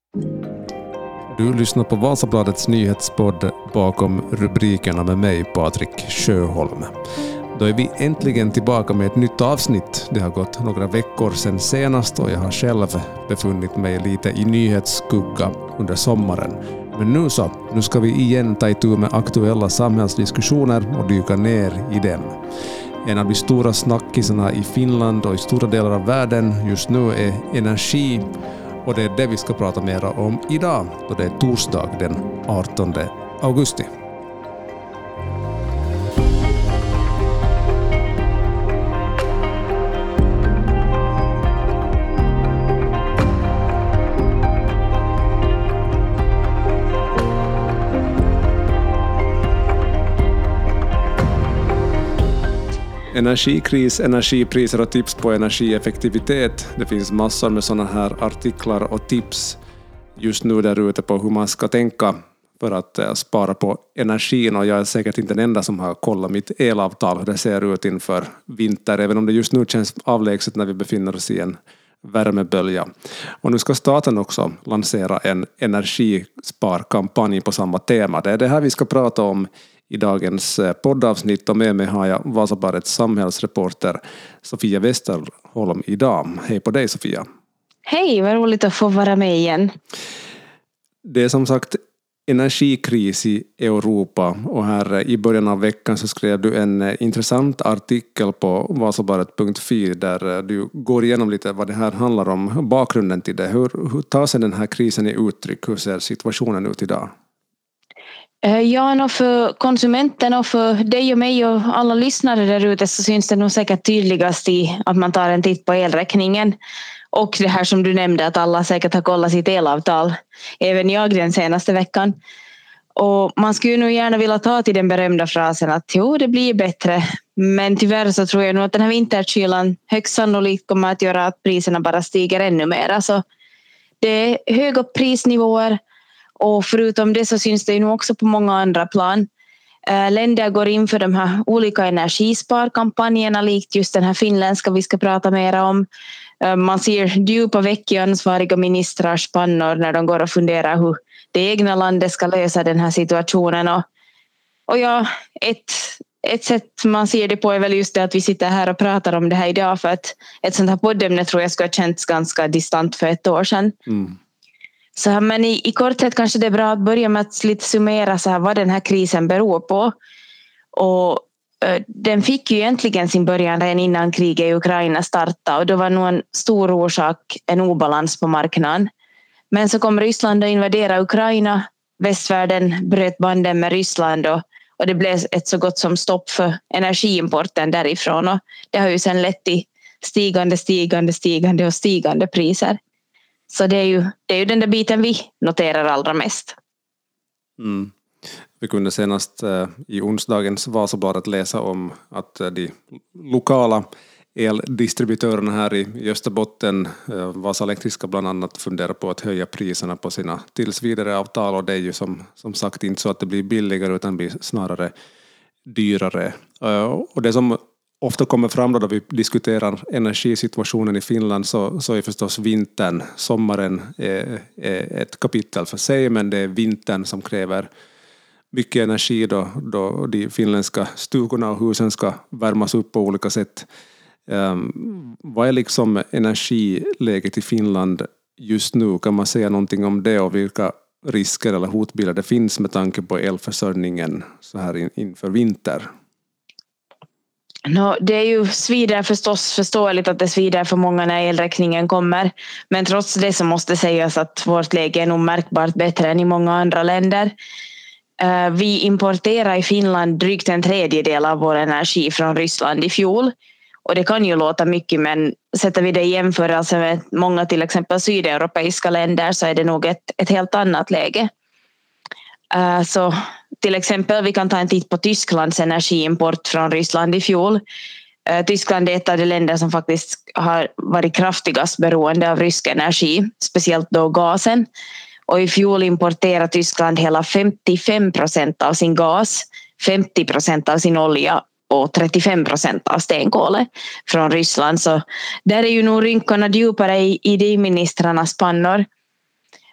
Du lyssnar på Vasabladets nyhetspodd Bakom rubrikerna med mig, Patrik Sjöholm. Då är vi äntligen tillbaka med ett nytt avsnitt. Det har gått några veckor sedan senast och jag har själv befunnit mig lite i nyhetsskugga under sommaren. Men nu ska vi igen ta itu med aktuella samhällsdiskussioner och dyka ner i dem. En av de stora snackisarna i Finland och i stora delar av världen just nu är energi. Och det är det vi ska prata mer om idag, då det är torsdag den 18 augusti. Energikris, energipriser och tips på energieffektivitet. Det finns massor med sådana här artiklar och tips just nu där ute på hur man ska tänka för att spara på energin. Och jag är säkert inte den enda som har kollat mitt elavtal, hur det ser ut inför vinter, även om det just nu känns avlägset när vi befinner oss i en värmebölja. Och nu ska staten också lansera en energisparkampanj på samma tema. Det är det här vi ska prata om i dagens poddavsnitt, och med mig har jag Vasabladets samhällsreporter Sofia Westerholm idag. Hej på dig, Sofia. Hej, vad roligt att få vara med igen. Det är som sagt energikris i Europa, och här i början av veckan så skrev du en intressant artikel på vasabladet.fi där du går igenom lite vad det här handlar om, bakgrunden till det. Hur tar sig den här krisen i uttryck? Hur ser situationen ut idag? Ja, och för konsumenten och för dig och mig och alla lyssnare där ute så syns det nog säkert tydligast i att man tar en titt på elräkningen. Och det här som du nämnde, att alla säkert har kollat sitt elavtal. Även jag den senaste veckan. Och man skulle nog gärna vilja ta till den berömda frasen att jo, det blir bättre. Men tyvärr så tror jag nog att den här vinterkylan högst sannolikt kommer att göra att priserna bara stiger ännu mer. Alltså, det är höga prisnivåer. Och förutom det så syns det ju nog också på många andra plan. Länder går in för de här olika energisparkampanjerna, likt just den här finländska vi ska prata mer om. Man ser djupa veck i ansvariga ministrars pannor när de går och funderar hur det egna landet ska lösa den här situationen. Och ja, ett sätt man ser det på är väl just det att vi sitter här och pratar om det här idag, för att ett sånt här poddämne tror jag ska ha känts ganska distant för ett år sedan. Så här, men i korthet kanske det är bra att börja med att lite summera så här vad den här krisen beror på. Och den fick ju egentligen sin början redan innan kriget i Ukraina startade, och då var nog en stor orsak en obalans på marknaden. Men så kom Ryssland att invadera Ukraina, västvärlden bröt banden med Ryssland och det blev ett så gott som stopp för energiimporten därifrån, och det har ju sedan lett till stigande priser. Så det är ju den där biten vi noterar allra mest. Vi kunde senast i onsdagens Vasabladet läsa om att de lokala eldistributörerna här i Österbotten, Vasa Elektriska bland annat, funderar på att höja priserna på sina tillsvidare avtal, och det är ju som sagt inte så att det blir billigare utan blir snarare dyrare. Och det som ofta kommer fram då vi diskuterar energisituationen i Finland så är förstås vintern. Sommaren är ett kapitel för sig, men det är vintern som kräver mycket energi då de finländska stugorna och husen ska värmas upp på olika sätt. Vad är liksom energiläget i Finland just nu? Kan man säga någonting om det och vilka risker eller hotbilder det finns med tanke på elförsörjningen så här inför vinter? Det är ju svider förstås förståeligt att det svider för många när elräkningen kommer. Men trots det så måste sägas att vårt läge är nog märkbart bättre än i många andra länder. Vi importerar i Finland drygt en tredjedel av vår energi från Ryssland i fjol. Och det kan ju låta mycket, men sätter vi det i jämförelse med många till exempel sydeuropeiska länder så är det nog ett helt annat läge. Så till exempel vi kan ta en titt på Tysklands energiimport från Ryssland i fjol. Tyskland är ett av de länder som faktiskt har varit kraftigast beroende av rysk energi, speciellt då gasen. Och i fjol importerade Tyskland hela 55% av sin gas, 50% av sin olja och 35% av stenkolet från Ryssland. Så där är ju nog rynkorna djupare i de ministrarnas pannor.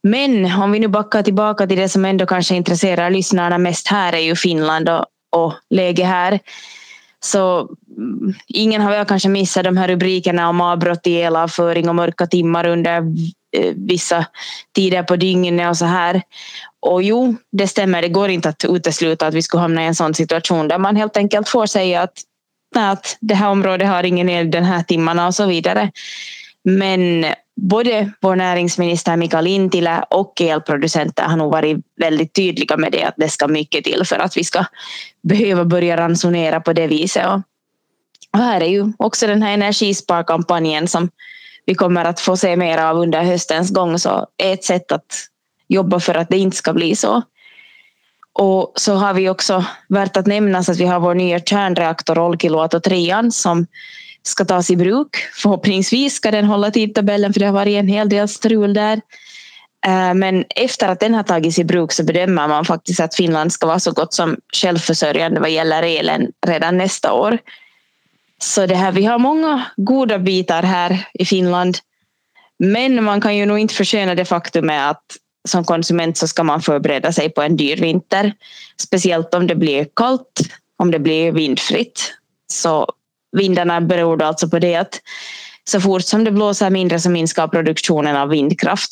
Men om vi nu backar tillbaka till det som ändå kanske intresserar lyssnarna mest här är ju Finland och läge här. Så ingen har väl kanske missat de här rubrikerna om avbrott i elavföring och mörka timmar under vissa tider på dygnet och så här. Och jo, det stämmer, det går inte att utesluta att vi skulle hamna i en sån situation där man helt enkelt får säga att det här området har ingen el den här timmarna och så vidare. Men både vår näringsminister Mika Lintilä och elproducenter har nog varit väldigt tydliga med det, att det ska mycket till för att vi ska behöva börja ransonera på det viset. Och här är ju också den här energisparkampanjen som vi kommer att få se mer av under höstens gång, så är ett sätt att jobba för att det inte ska bli så. Och så har vi också värt att nämna att vi har vår nya kärnreaktor Olkiluoto 3 som ska tas i bruk. Förhoppningsvis ska den hålla tidtabellen, för det har varit en hel del strul där. Men efter att den har tagits i bruk så bedömer man faktiskt att Finland ska vara så gott som självförsörjande vad gäller elen redan nästa år. Så det här, vi har många goda bitar här i Finland. Men man kan ju nog inte försköna det faktum att som konsument så ska man förbereda sig på en dyr vinter. Speciellt om det blir kallt, om det blir vindfritt. Så vindarna beror alltså på det att så fort som det blåser mindre så minskar produktionen av vindkraft.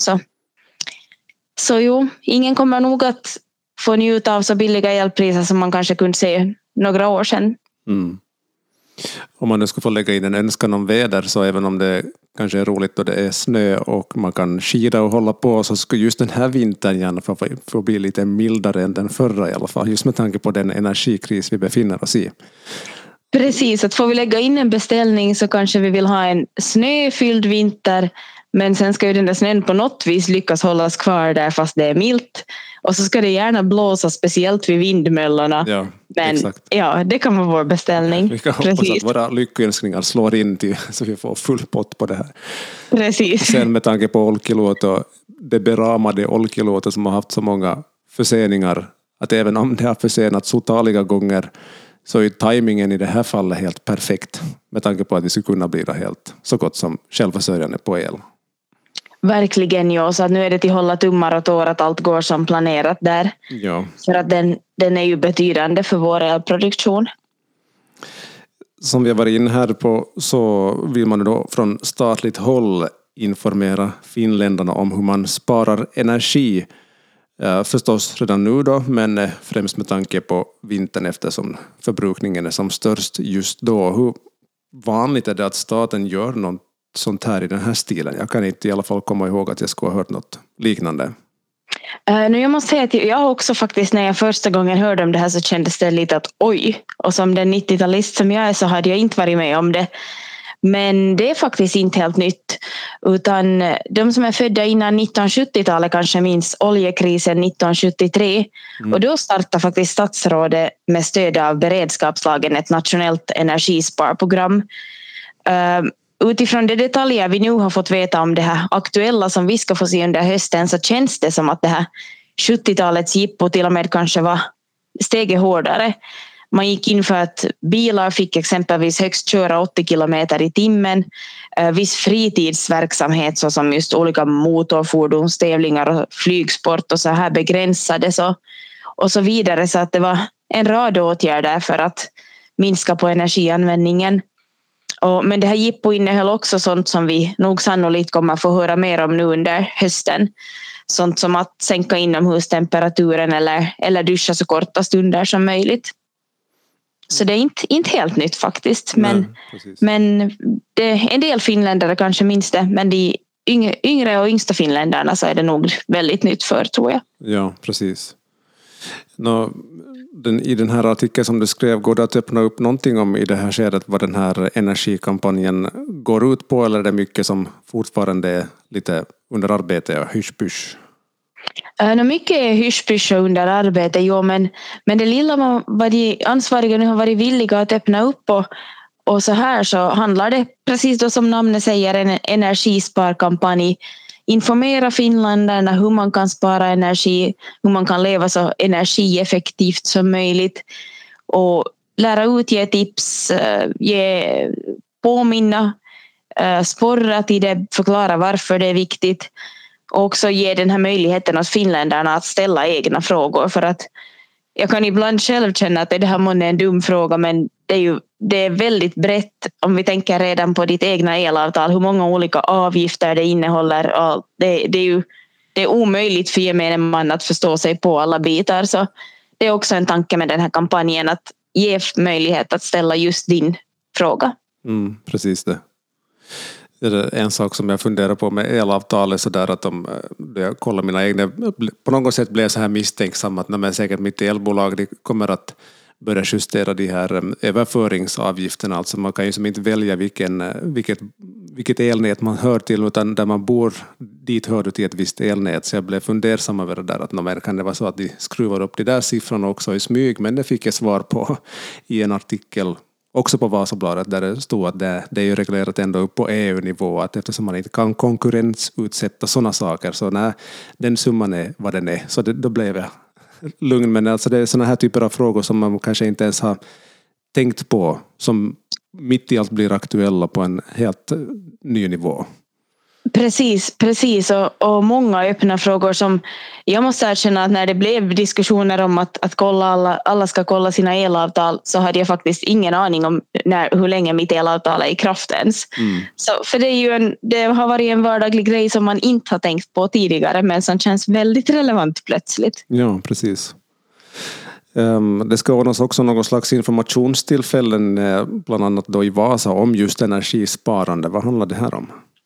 Så jo, ingen kommer nog att få njuta av så billiga elpriser som man kanske kunde se några år sedan. Mm. Om man nu ska få lägga in en önskan om väder, så även om det kanske är roligt då det är snö och man kan skida och hålla på, så skulle just den här vintern gärna få bli lite mildare än den förra i alla fall. Just med tanke på den energikris vi befinner oss i. Precis, att får vi lägga in en beställning så kanske vi vill ha en snöfylld vinter, men sen ska ju den där snön på något vis lyckas hållas kvar där fast det är milt. Och så ska det gärna blåsa, speciellt vid vindmöllorna. Ja, men exakt. Ja, det kan vara vår beställning. Vi kan hoppas att våra lyckönskningar slår in till, så vi får full pott på det här. Precis. Sen med tanke på Olkiluoto, det beramade Olkiluoto som har haft så många förseningar, att även om det har försenats otaliga gånger så är tajmingen i det här fallet helt perfekt med tanke på att vi skulle kunna bli helt så gott som självförsörjande på el. Verkligen, ja. Så att nu är det till hålla tummar och tår att allt går som planerat där. Ja. För att den är ju betydande för vår elproduktion. Som vi har varit inne här på så vill man då från statligt håll informera finländarna om hur man sparar energi. Förstås redan nu då, men främst med tanke på vintern eftersom förbrukningen är som störst just då. Hur vanligt är det att staten gör något sånt här i den här stilen? Jag kan inte i alla fall komma ihåg att jag skulle ha hört något liknande. Jag måste säga att jag också faktiskt, när jag första gången hörde om det här så kändes det lite att oj, och som den 90-talist som jag är så hade jag inte varit med om det. Men det är faktiskt inte helt nytt, utan de som är födda innan 1970-talet kanske minns oljekrisen 1973. Och då startade faktiskt statsrådet med stöd av beredskapslagen ett nationellt energisparprogram. Utifrån de detaljer vi nu har fått veta om det här aktuella som vi ska få se under hösten, så känns det som att det här 70-talets jippo till och med kanske var steget hårdare. Man gick in för att bilar fick exempelvis högst köra 80 kilometer i timmen. Viss fritidsverksamhet såsom just olika motorfordonstävlingar och flygsport och så här begränsades och så vidare. Så att det var en rad åtgärder för att minska på energianvändningen. Men det här jippo innehöll också sånt som vi nog sannolikt kommer få höra mer om nu under hösten. Sånt som att sänka inomhustemperaturen eller duscha så korta stunder som möjligt. Så det är inte helt nytt faktiskt. Men en del finländare kanske minns det. Men de yngre och yngsta finländarna så är det nog väldigt nytt för, tror jag. Ja, precis. I den här artikeln som du skrev, går det att öppna upp någonting om i det här skedet vad den här energikampanjen går ut på, eller är det mycket som fortfarande är lite under arbete och hysch-pysch? Mycket är hysch-pysch under arbete, jo, men det lilla vad de ansvariga nu har varit villiga att öppna upp och så här så handlar det precis då som namnet säger, en energisparkampanj. Informera finländarna hur man kan spara energi, hur man kan leva så energieffektivt som möjligt och lära ut, ge tips, påminna, sporra till det, förklara varför det är viktigt Och också ge den här möjligheten åt finländarna att ställa egna frågor. För att jag kan ibland själv känna att det här måste är en dum fråga, men det är väldigt brett om vi tänker redan på ditt egna elavtal, hur många olika avgifter det innehåller. Det är omöjligt för gemene man att förstå sig på alla bitar. Så det är också en tanke med den här kampanjen, att ge möjlighet att ställa just din fråga. Precis det. Det är en sak som jag funderar på med elavtalet, så där att jag kollar mina egna, på något sätt blev så här misstänksam att när säkert mitt elbolag de kommer att börja justera de här överföringsavgifterna. Alltså man kan ju som inte välja vilket elnät man hör till, utan där man bor, dit hör du till ett visst elnät. Så jag blev fundersam över det där, att kan det vara så att de skruvar upp de där siffrorna också i smyg, men det fick jag svar på i en artikel också på Vasabladet, där det stod att det är ju reglerat ändå upp på EU-nivå, att eftersom man inte kan konkurrensutsätta sådana saker, så när den summan är vad den är, så då blev jag lugn. Men alltså det är sådana här typer av frågor som man kanske inte ens har tänkt på, som mitt i allt blir aktuella på en helt ny nivå. Precis. Och många öppna frågor som jag måste erkänna att när det blev diskussioner om att kolla alla ska kolla sina elavtal, så hade jag faktiskt ingen aning om hur länge mitt elavtal är i kraft ens. Så, för det har varit en vardaglig grej som man inte har tänkt på tidigare, men som känns väldigt relevant plötsligt. Ja, precis. Det ska ordnas också någon slags informationstillfällen, bland annat då i Vasa, om just energisparande. Vad handlar det här om?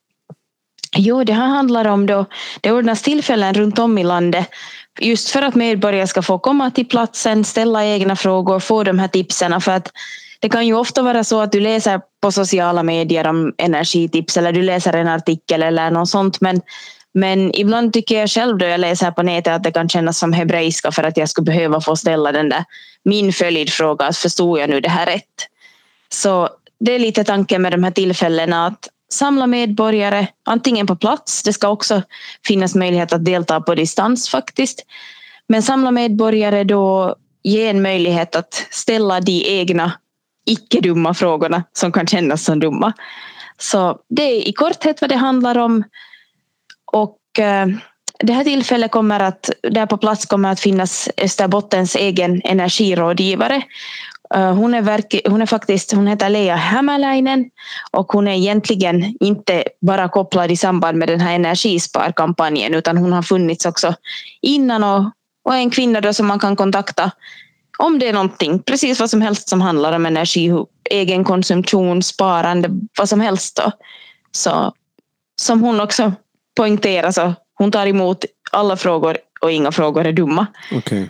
Jo, det här handlar om då, det ordnas tillfällen runt om i landet just för att medborgare ska få komma till platsen, ställa egna frågor, få de här tipsen. För att det kan ju ofta vara så att du läser på sociala medier om energitips, eller du läser en artikel eller något sånt, men ibland tycker jag själv då jag läser på nätet att det kan kännas som hebreiska, för att jag skulle behöva få ställa min följdfråga, att förstod jag nu det här rätt? Så det är lite tanken med de här tillfällena, att samla medborgare antingen på plats, det ska också finnas möjlighet att delta på distans faktiskt, men samla medborgare då, ge en möjlighet att ställa de egna icke-dumma frågorna som kan kännas som dumma. Så det är i korthet vad det handlar om. Och det här tillfället där på plats kommer att finnas Österbottens egen energirådgivare. Hon heter Lea Hämäläinen, och hon är egentligen inte bara kopplad i samband med den här energisparkampanjen, utan hon har funnits också innan, och är en kvinna då som man kan kontakta om det är någonting, precis vad som helst som handlar om energi, egen konsumtion, sparande, vad som helst då. Så som hon också poängterar, så hon tar emot alla frågor och inga frågor är dumma. Okej.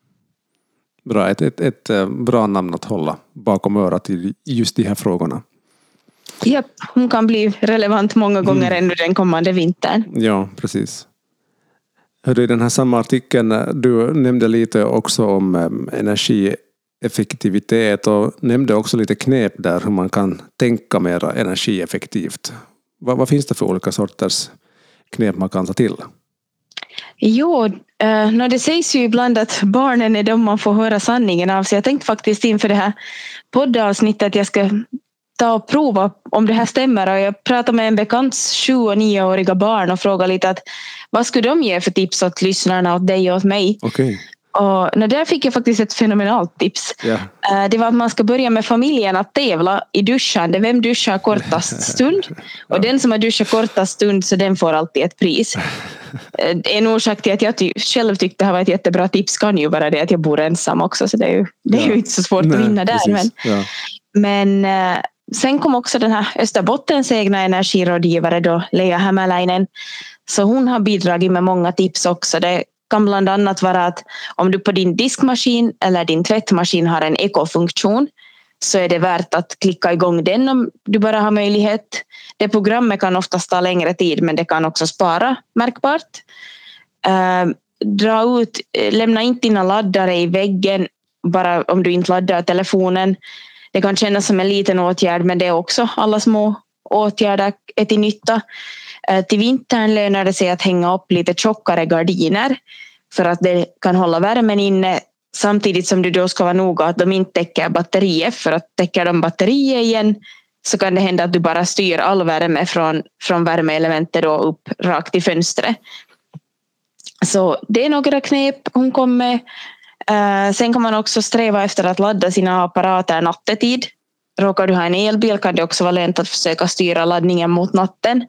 Bra, ett bra namn att hålla bakom örat i just de här frågorna. Japp, hon kan bli relevant många gånger ännu den kommande vintern. Ja, precis. Hörde, i den här samma artikeln, du nämnde lite också om energieffektivitet och nämnde också lite knep där hur man kan tänka mer energieffektivt. Vad finns det för olika sorters knep man kan ta till? Jo, det sägs ju ibland att barnen är de man får höra sanningen av, så jag tänkte faktiskt inför det här poddavsnittet att jag ska ta och prova om det här stämmer. Och jag pratade med en bekants 7- och 9-åriga barn och frågade lite att vad skulle de ge för tips åt lyssnarna, åt dig och åt mig? Okay. Och där fick jag faktiskt ett fenomenalt tips. Det var att man ska börja med familjen att tävla i duschande. Vem duschar kortast stund? Och den som har duschat kortast stund, så den får alltid ett pris. En orsak till att jag själv tyckte det här var ett jättebra tips kan ju vara det att jag bor ensam också. Så det är ju inte så svårt att vinna där. Men sen kom också den här Österbottens egna energirådgivare då, Lea Hämäläinen. Så hon har bidragit med många tips också. Det kan bland annat vara att om du på din diskmaskin eller din tvättmaskin har en ekofunktion, så är det värt att klicka igång den om du bara har möjlighet. Det programmet kan oftast ta längre tid, men det kan också spara märkbart. Lämna inte dina laddare i väggen bara om du inte laddar telefonen. Det kan kännas som en liten åtgärd, men det är också alla små åtgärder är till nytta. Till vintern lönar det sig att hänga upp lite tjockare gardiner för att det kan hålla värmen inne, samtidigt som du då ska vara noga att de inte täcker batterier, för att täcker de batterier igen så kan det hända att du bara styr all värme från värmeelementet då upp rakt i fönstret. Så det är några knep hon kom med. Sen kan man också sträva efter att ladda sina apparater nattetid. Råkar du ha en elbil kan det också vara lönt att försöka styra laddningen mot natten.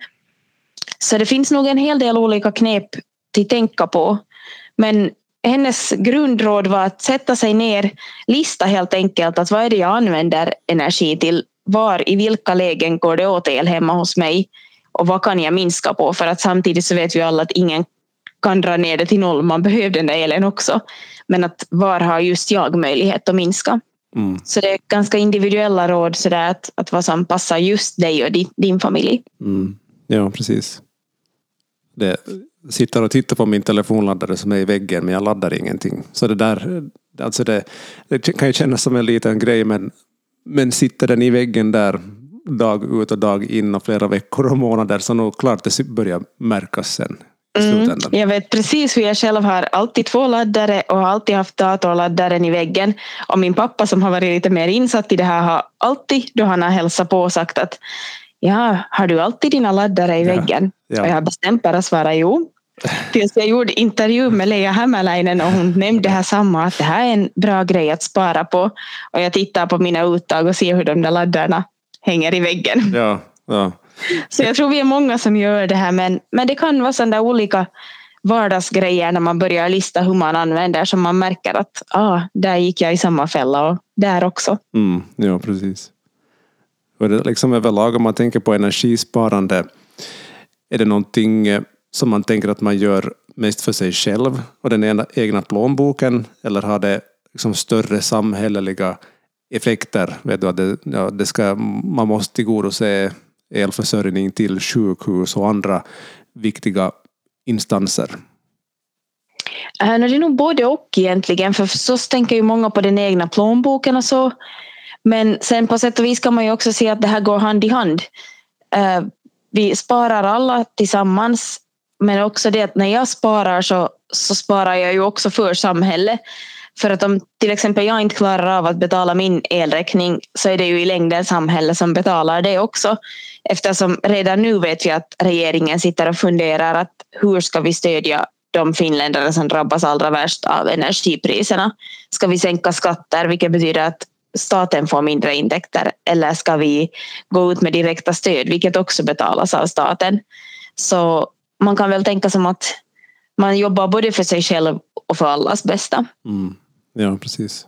Så det finns nog en hel del olika knep till tänka på. Men hennes grundråd var att sätta sig ner, lista helt enkelt att vad är det jag använder energi till, i vilka lägen går det åt el hemma hos mig och vad kan jag minska på, för att samtidigt så vet vi alla att ingen kan dra ner det till noll, man behöver den där elen också, men att var har just jag möjlighet att minska. Så det är ganska individuella råd så där att vad som passar just dig och din familj. Ja, precis. Det sitter och tittar på min telefonladdare som är i väggen, men jag laddar ingenting. Så det där, alltså det kan ju kännas som en liten grej, men sitter den i väggen där dag ut och dag in och flera veckor och månader, så nog klart det börjar märkas sen i slutändan. Jag vet precis hur jag själv har alltid 2 laddare och har alltid haft datorladdaren i väggen. Och min pappa som har varit lite mer insatt i det här har alltid, då han har hälsat på och sagt att ja, har du alltid dina laddare i väggen? Ja. Och jag har bestämt bara svara jo. Tills jag gjorde intervju med Lea Hämäläinen och hon nämnde det här samma, att det här är en bra grej att spara på. Och jag tittar på mina uttag och ser hur de där laddarna hänger i väggen. Ja. Så jag tror vi är många som gör det här, men det kan vara sådana olika vardagsgrejer när man börjar lista hur man använder som man märker att där gick jag i samma fälla och där också. Ja, precis. Och det liksom överlag, om man tänker på energisparande, är det någonting som man tänker att man gör mest för sig själv och den egna plånboken, eller har det liksom större samhälleliga effekter? Vet du, att man måste tillgodose elförsörjning till sjukhus och andra viktiga instanser. Det är nog både och egentligen, för så tänker ju många på den egna plånboken och så. Men sen på sätt och vis kan man ju också se att det här går hand i hand. Vi sparar alla tillsammans, men också det att när jag sparar så sparar jag ju också för samhället. För att om till exempel jag inte klarar av att betala min elräkning, så är det ju i längden samhället som betalar det också. Eftersom redan nu vet vi att regeringen sitter och funderar att hur ska vi stödja de finländare som drabbas allra värst av energipriserna. Ska vi sänka skatter, vilket betyder att staten får mindre intäkter, eller ska vi gå ut med direkta stöd, vilket också betalas av staten. Så man kan väl tänka som att man jobbar både för sig själv och för allas bästa. Ja, precis.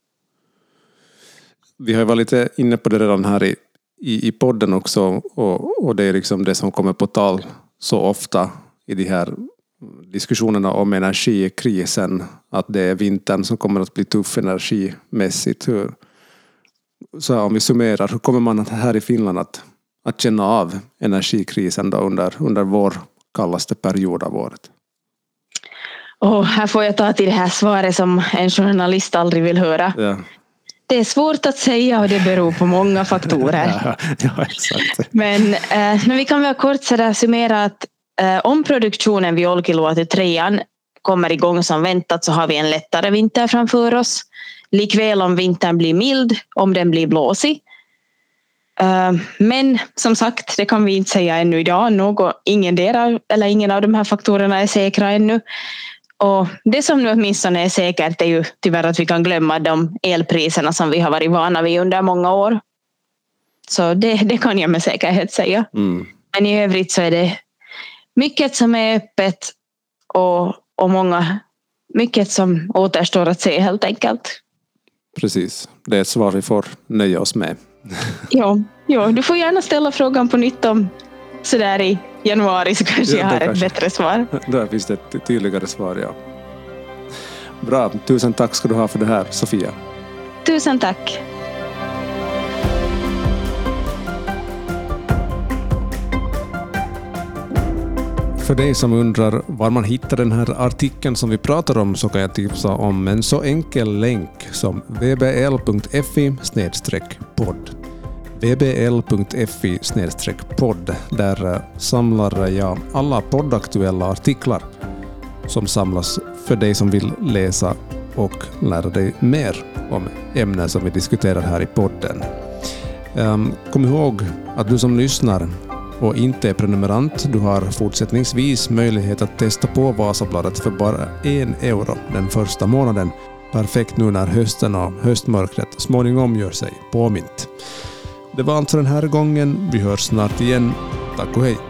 Vi har varit lite inne på det redan här i podden också, och det är liksom det som kommer på tal så ofta i de här diskussionerna om energikrisen, att det är vintern som kommer att bli tuff energimässigt. Så om vi summerar, hur kommer man här i Finland att känna av energikrisen då under vår kallaste period av året? Här får jag ta till det här svaret som en journalist aldrig vill höra. Ja. Det är svårt att säga och det beror på många faktorer. Ja, exakt. Men vi kan väl kort summera att om produktionen vid Olkiluoto 3 kommer igång som väntat, så har vi en lättare vinter framför oss. Likväl om vintern blir mild, om den blir blåsig. Men som sagt, det kan vi inte säga ännu idag. Ingen av de här faktorerna är säkra ännu. Och det som nu åtminstone är säkert är ju tyvärr att vi kan glömma de elpriserna som vi har varit vana vid under många år. Så det kan jag med säkerhet säga. Men i övrigt så är det mycket som är öppet och mycket som återstår att se helt enkelt. Precis, det är ett svar vi får nöja oss med. Ja, du får gärna ställa frågan på nytt om sådär i januari, så kanske jag har ett bättre svar. Där finns det ett tydligare svar, ja. Bra, tusen tack ska du ha för det här, Sofia. Tusen tack. För dig som undrar var man hittar den här artikeln som vi pratar om, så kan jag tipsa om en så enkel länk som vbl.fi/podd. vbl.fi/podd. Där samlar jag alla poddaktuella artiklar som samlas för dig som vill läsa och lära dig mer om ämnen som vi diskuterar här i podden. Kom ihåg att du som lyssnar och inte är prenumerant, du har fortsättningsvis möjlighet att testa på Vasabladet för bara 1 euro den första månaden. Perfekt nu när hösten och höstmörkret småningom gör sig påmint. Det var allt för den här gången. Vi hörs snart igen. Tack och hej!